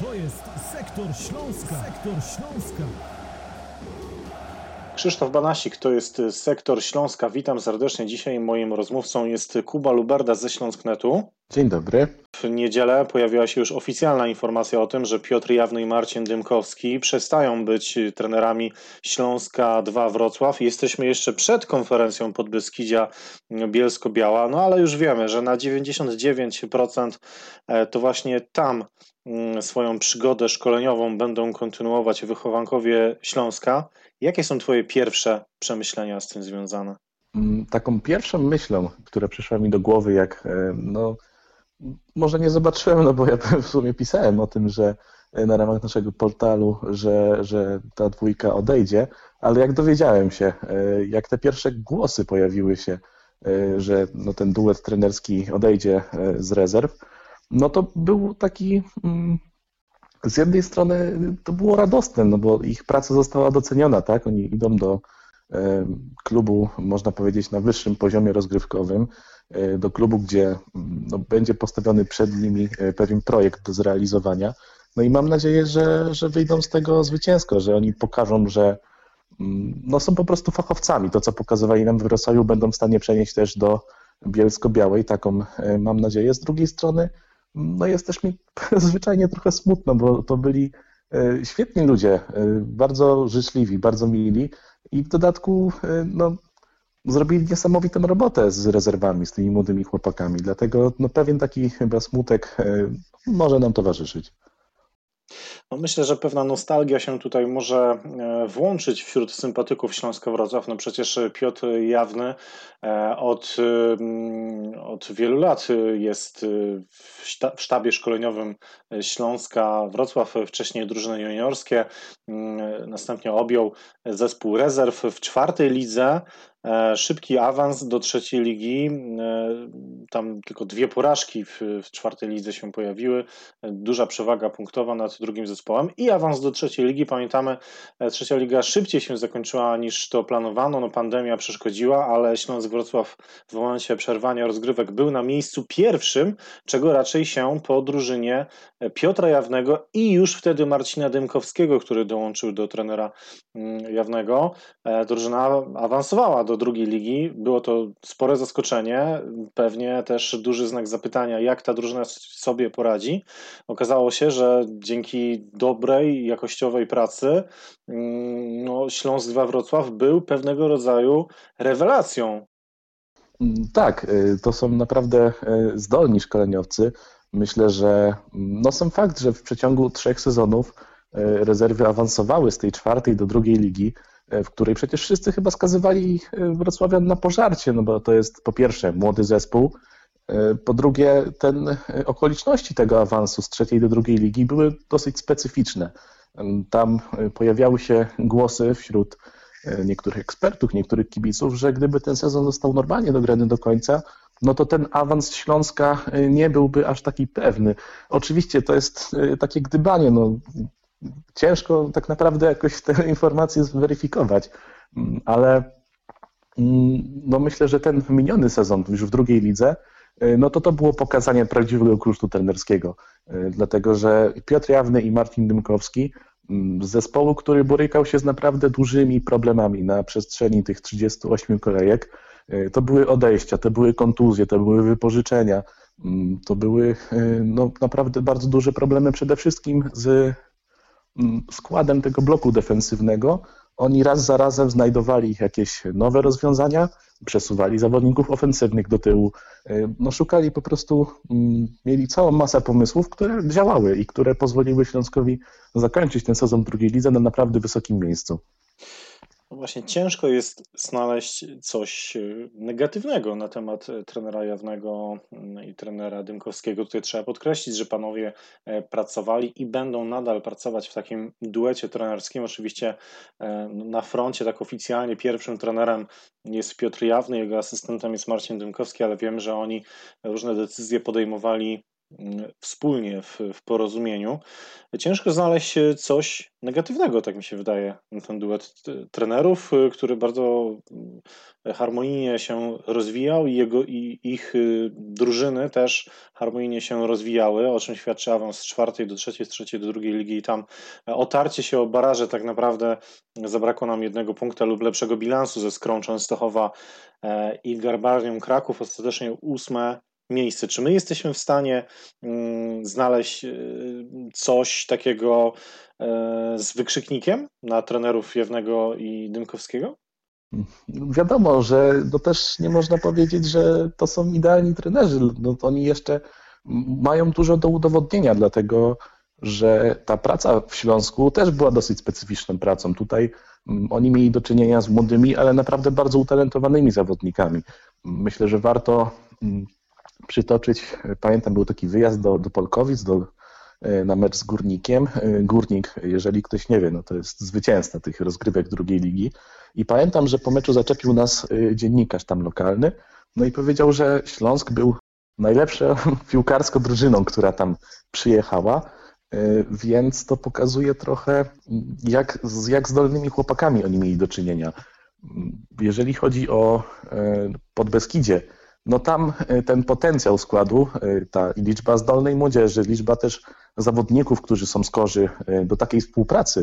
To jest Sektor Śląska. Sektor Śląska. Krzysztof Banasik, to jest Sektor Śląska. Witam serdecznie. Dzisiaj moim rozmówcą jest Kuba Luberda ze Śląsknetu. Dzień dobry. W niedzielę pojawiła się już oficjalna informacja o tym, że Piotr Jawny i Marcin Dymkowski przestają być trenerami Śląska 2 Wrocław. Jesteśmy jeszcze przed konferencją Podbeskidzia Bielsko-Biała, no ale już wiemy, że na 99% to właśnie tam swoją przygodę szkoleniową będą kontynuować wychowankowie Śląska. Jakie są Twoje pierwsze przemyślenia z tym związane? Taką pierwszą myślą, która przyszła mi do głowy, jak może nie zobaczyłem, bo ja w sumie pisałem o tym, że na ramach naszego portalu, że ta dwójka odejdzie, ale jak dowiedziałem się, jak te pierwsze głosy pojawiły się, że ten duet trenerski odejdzie z rezerw, no to był taki, z jednej strony to było radosne, no bo ich praca została doceniona, tak? Oni idą do klubu, można powiedzieć, na wyższym poziomie rozgrywkowym, do klubu, gdzie będzie postawiony przed nimi pewien projekt do zrealizowania. No i mam nadzieję, że wyjdą z tego zwycięsko, że oni pokażą, że są po prostu fachowcami. To, co pokazywali nam w Wrocławiu, będą w stanie przenieść też do Bielsko-Białej. Taką mam nadzieję. Z drugiej strony jest też mi zwyczajnie trochę smutno, bo to byli świetni ludzie, bardzo życzliwi, bardzo mili i w dodatku zrobili niesamowitą robotę z rezerwami, z tymi młodymi chłopakami. Dlatego pewien taki chyba smutek może nam towarzyszyć. No myślę, że pewna nostalgia się tutaj może włączyć wśród sympatyków Śląska Wrocław. No przecież Piotr Jawny od wielu lat jest w sztabie szkoleniowym Śląska Wrocław, wcześniej drużyny juniorskie, następnie objął zespół rezerw w 4. lidze. Szybki awans do 3. ligi, tam tylko 2 porażki w 4. lidze się pojawiły, duża przewaga punktowa nad drugim zespołem i awans do 3. ligi. Pamiętamy, 3. liga szybciej się zakończyła niż to planowano, pandemia przeszkodziła, ale Śląsk Wrocław w momencie przerwania rozgrywek był na miejscu 1, czego raczej się po drużynie Piotra Jawnego i już wtedy Marcina Dymkowskiego, który dołączył do trenera Jawnego, drużyna awansowała do 2. ligi. Było to spore zaskoczenie, pewnie też duży znak zapytania, jak ta drużyna sobie poradzi. Okazało się, że dzięki dobrej, jakościowej pracy Śląsk 2 Wrocław był pewnego rodzaju rewelacją. Tak, to są naprawdę zdolni szkoleniowcy. Myślę, że sam fakt, że w przeciągu 3 sezonów rezerwy awansowały z tej 4. do 2. ligi, w której przecież wszyscy chyba skazywali Wrocławian na pożarcie, bo to jest po pierwsze młody zespół, po drugie okoliczności tego awansu z 3. do 2. ligi były dosyć specyficzne. Tam pojawiały się głosy wśród niektórych ekspertów, niektórych kibiców, że gdyby ten sezon został normalnie dograny do końca, to ten awans Śląska nie byłby aż taki pewny. Oczywiście to jest takie gdybanie, ciężko tak naprawdę jakoś te informacje zweryfikować, ale myślę, że ten miniony sezon już w 2. lidze, to było pokazanie prawdziwego kursu trenerskiego, dlatego że Piotr Jawny i Marcin Dymkowski z zespołu, który borykał się z naprawdę dużymi problemami na przestrzeni tych 38 kolejek, to były odejścia, to były kontuzje, to były wypożyczenia, to były naprawdę bardzo duże problemy przede wszystkim z składem tego bloku defensywnego. Oni raz za razem znajdowali jakieś nowe rozwiązania, przesuwali zawodników ofensywnych do tyłu, szukali po prostu, mieli całą masę pomysłów, które działały i które pozwoliły Śląskowi zakończyć ten sezon w 2. lidze na naprawdę wysokim miejscu. Właśnie ciężko jest znaleźć coś negatywnego na temat trenera Jawnego i trenera Dymkowskiego. Tutaj trzeba podkreślić, że panowie pracowali i będą nadal pracować w takim duecie trenerskim. Oczywiście na froncie tak oficjalnie pierwszym trenerem jest Piotr Jawny, jego asystentem jest Marcin Dymkowski, ale wiem, że oni różne decyzje podejmowali wspólnie w porozumieniu. Ciężko znaleźć coś negatywnego, tak mi się wydaje, na ten duet trenerów, który bardzo harmonijnie się rozwijał i ich drużyny też harmonijnie się rozwijały, o czym świadczy awans z czwartej do trzeciej, z trzeciej do drugiej ligi i tam otarcie się o baraże tak naprawdę zabrakło nam jednego punkta lub lepszego bilansu ze Skrą Częstochowa i Garbarią Kraków, ostatecznie 8. miejsce. Czy my jesteśmy w stanie znaleźć coś takiego z wykrzyknikiem na trenerów Jawnego i Dymkowskiego? Wiadomo, że no też nie można powiedzieć, że to są idealni trenerzy. No, oni jeszcze mają dużo do udowodnienia, dlatego że ta praca w Śląsku też była dosyć specyficzną pracą. Tutaj oni mieli do czynienia z młodymi, ale naprawdę bardzo utalentowanymi zawodnikami. Myślę, że warto przytoczyć, pamiętam, był taki wyjazd do Polkowic, na mecz z Górnikiem. Górnik, jeżeli ktoś nie wie, no to jest zwycięzca tych rozgrywek drugiej ligi. I pamiętam, że po meczu zaczepił nas dziennikarz tam lokalny, no i powiedział, że Śląsk był najlepszą piłkarsko drużyną, która tam przyjechała, więc to pokazuje trochę, jak zdolnymi chłopakami oni mieli do czynienia. Jeżeli chodzi o Podbeskidzie, no tam ten potencjał składu, ta liczba zdolnej młodzieży, liczba też zawodników, którzy są skorzy do takiej współpracy,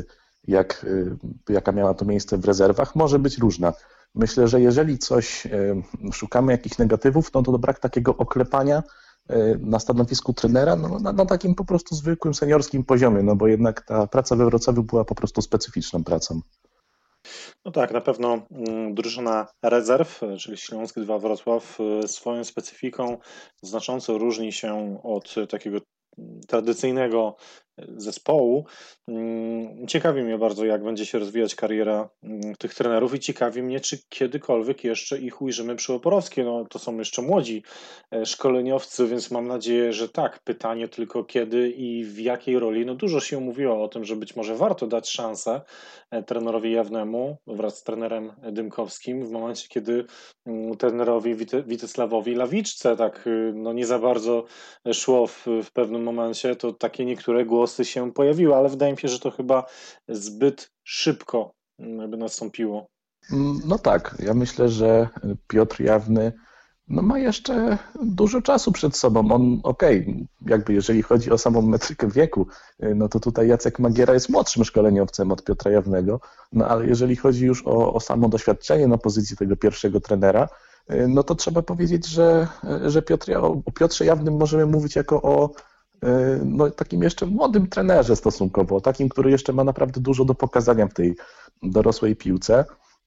jaka miała to miejsce w rezerwach, może być różna. Myślę, że jeżeli coś szukamy jakichś negatywów, no to brak takiego oklepania na stanowisku trenera no, na takim po prostu zwykłym seniorskim poziomie, no bo jednak ta praca we Wrocławiu była po prostu specyficzną pracą. No tak, na pewno drużyna rezerw, czyli Śląsk 2 Wrocław, swoją specyfiką znacząco różni się od takiego tradycyjnego zespołu. Ciekawi mnie bardzo, jak będzie się rozwijać kariera tych trenerów i ciekawi mnie, czy kiedykolwiek jeszcze ich ujrzymy przy Oporowskiej. No, to są jeszcze młodzi szkoleniowcy, więc mam nadzieję, że tak. Pytanie tylko kiedy i w jakiej roli. No dużo się mówiło o tym, że być może warto dać szansę trenerowi Jawnemu wraz z trenerem Dymkowskim w momencie, kiedy trenerowi Witysławowi Lawiczce tak no nie za bardzo szło w pewnym momencie, to takie niektóre głosy się pojawiły, ale wydaje mi się, że to chyba zbyt szybko by nastąpiło. No tak, ja myślę, że Piotr Jawny no ma jeszcze dużo czasu przed sobą. On, jakby jeżeli chodzi o samą metrykę wieku, no to tutaj Jacek Magiera jest młodszym szkoleniowcem od Piotra Jawnego, no ale jeżeli chodzi już o samo doświadczenie na pozycji tego pierwszego trenera, no to trzeba powiedzieć, że o Piotrze Jawnym możemy mówić jako o no, takim jeszcze młodym trenerze stosunkowo, takim, który jeszcze ma naprawdę dużo do pokazania w tej dorosłej piłce.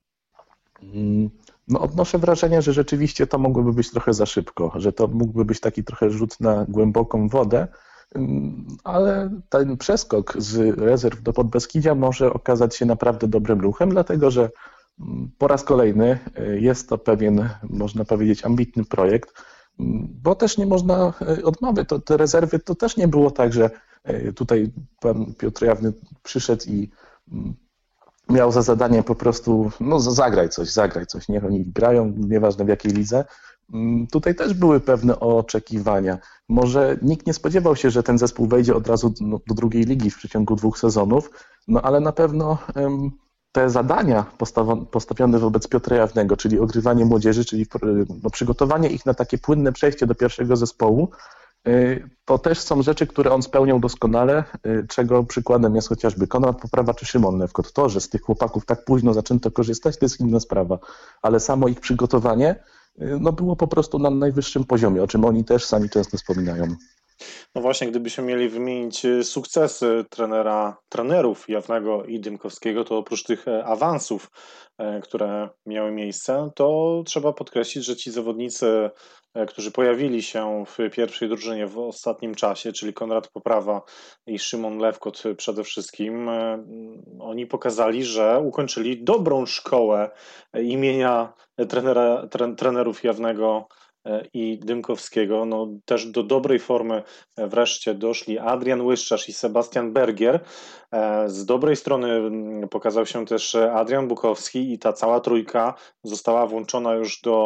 No, odnoszę wrażenie, że rzeczywiście to mogłoby być trochę za szybko, że to mógłby być taki trochę rzut na głęboką wodę, ale ten przeskok z rezerw do Podbeskidzia może okazać się naprawdę dobrym ruchem, dlatego że po raz kolejny jest to pewien, można powiedzieć, ambitny projekt, bo też nie można odmawiać, te rezerwy to też nie było tak, że tutaj pan Piotr Jawny przyszedł i miał za zadanie po prostu, no zagraj coś, niech oni grają, nieważne w jakiej lidze. Tutaj też były pewne oczekiwania. Może nikt nie spodziewał się, że ten zespół wejdzie od razu do drugiej ligi w przeciągu 2 sezonów, no ale na pewno te zadania postawione wobec Piotra Jawnego, czyli ogrywanie młodzieży, czyli przygotowanie ich na takie płynne przejście do pierwszego zespołu, to też są rzeczy, które on spełniał doskonale, czego przykładem jest chociażby Konrad Poprawa czy Szymon Lewkot. To, że z tych chłopaków tak późno zaczęto korzystać, to jest inna sprawa, ale samo ich przygotowanie no, było po prostu na najwyższym poziomie, o czym oni też sami często wspominają. No właśnie, gdybyśmy mieli wymienić sukcesy trenerów Jawnego i Dymkowskiego, to oprócz tych awansów, które miały miejsce, to trzeba podkreślić, że ci zawodnicy, którzy pojawili się w pierwszej drużynie w ostatnim czasie, czyli Konrad Poprawa i Szymon Lewkot przede wszystkim, oni pokazali, że ukończyli dobrą szkołę imienia trenerów Jawnego i Dymkowskiego. No, też do dobrej formy wreszcie doszli Adrian Łyszczarz i Sebastian Bergier. Z dobrej strony pokazał się też Adrian Bukowski i ta cała trójka została włączona już do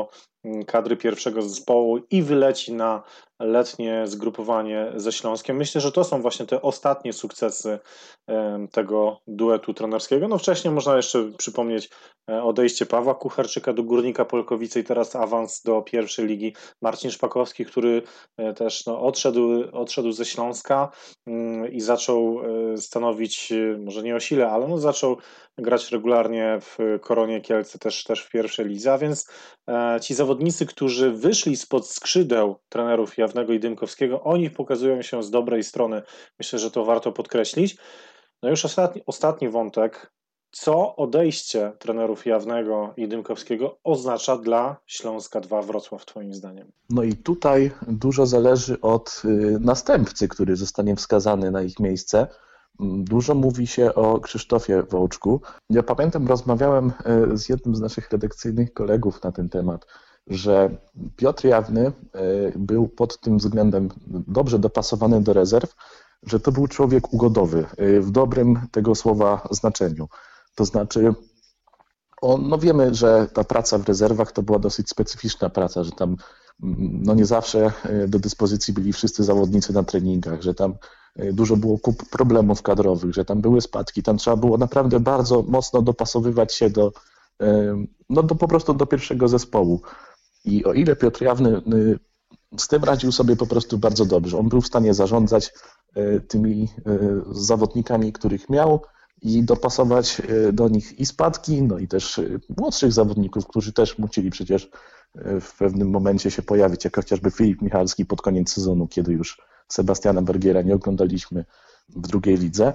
kadry pierwszego zespołu i wyleci na letnie zgrupowanie ze Śląskiem. Myślę, że to są właśnie te ostatnie sukcesy tego duetu trenerskiego. No wcześniej można jeszcze przypomnieć odejście Pawła Kucharczyka do Górnika Polkowice i teraz awans do pierwszej ligi. Marcin Szpakowski, który też odszedł ze Śląska i zaczął stanowić, może nie o sile, ale zaczął grać regularnie w Koronie Kielce, też w pierwszej lidze, a więc ci zawodnicy, którzy wyszli spod skrzydeł trenerów Jawnego i Dymkowskiego, oni pokazują się z dobrej strony. Myślę, że to warto podkreślić. No już ostatni wątek. Co odejście trenerów Jawnego i Dymkowskiego oznacza dla Śląska 2 Wrocław, twoim zdaniem? No i tutaj dużo zależy od następcy, który zostanie wskazany na ich miejsce. Dużo mówi się o Krzysztofie Wołczku. Ja pamiętam, rozmawiałem z jednym z naszych redakcyjnych kolegów na ten temat, że Piotr Jawny był pod tym względem dobrze dopasowany do rezerw, że to był człowiek ugodowy, w dobrym tego słowa znaczeniu. To znaczy, wiemy, że ta praca w rezerwach to była dosyć specyficzna praca, że tam nie zawsze do dyspozycji byli wszyscy zawodnicy na treningach, że tam dużo było problemów kadrowych, że tam były spadki, tam trzeba było naprawdę bardzo mocno dopasowywać się po prostu do pierwszego zespołu. I o ile Piotr Jawny z tym radził sobie po prostu bardzo dobrze, on był w stanie zarządzać tymi zawodnikami, których miał i dopasować do nich i spadki, i też młodszych zawodników, którzy też musieli przecież w pewnym momencie się pojawić, jak chociażby Filip Michalski pod koniec sezonu, kiedy już Sebastiana Bergiera nie oglądaliśmy w drugiej lidze.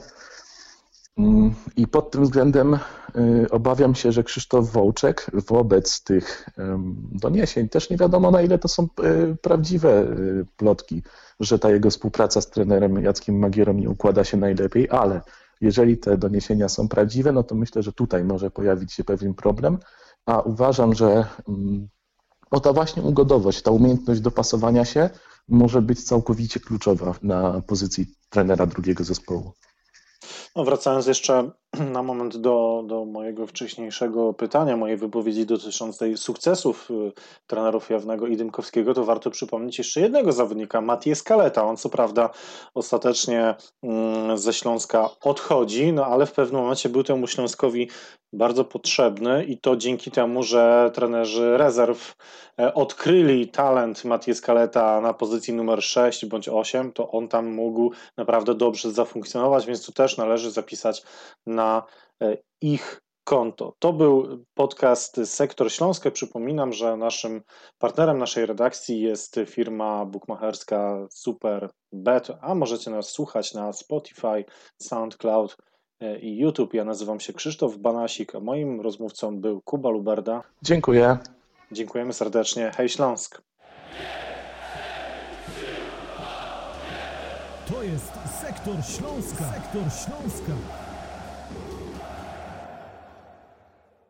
I pod tym względem obawiam się, że Krzysztof Wołczek wobec tych doniesień, też nie wiadomo, na ile to są prawdziwe plotki, że ta jego współpraca z trenerem Jackiem Magierą nie układa się najlepiej, ale jeżeli te doniesienia są prawdziwe, to myślę, że tutaj może pojawić się pewien problem, a uważam, że ta właśnie ugodowość, ta umiejętność dopasowania się może być całkowicie kluczowa na pozycji trenera drugiego zespołu. Wracając jeszcze na moment do mojego wcześniejszego pytania, mojej wypowiedzi dotyczącej sukcesów trenerów Jawnego i Dymkowskiego, to warto przypomnieć jeszcze jednego zawodnika, Matię Skaleta. On co prawda ostatecznie ze Śląska odchodzi, ale w pewnym momencie był temu Śląskowi bardzo potrzebny i to dzięki temu, że trenerzy rezerw odkryli talent Matię Skaleta na pozycji numer 6 bądź 8, to on tam mógł naprawdę dobrze zafunkcjonować, więc tu też należy zapisać na ich konto. To był podcast Sektor Śląska. Przypominam, że naszym partnerem naszej redakcji jest firma bukmacherska Superbet, a możecie nas słuchać na Spotify, SoundCloud i YouTube. Ja nazywam się Krzysztof Banasik, a moim rozmówcą był Kuba Luberda. Dziękuję. Dziękujemy serdecznie. Hej Śląsk! To jest Sektor Śląska. Sektor Śląska.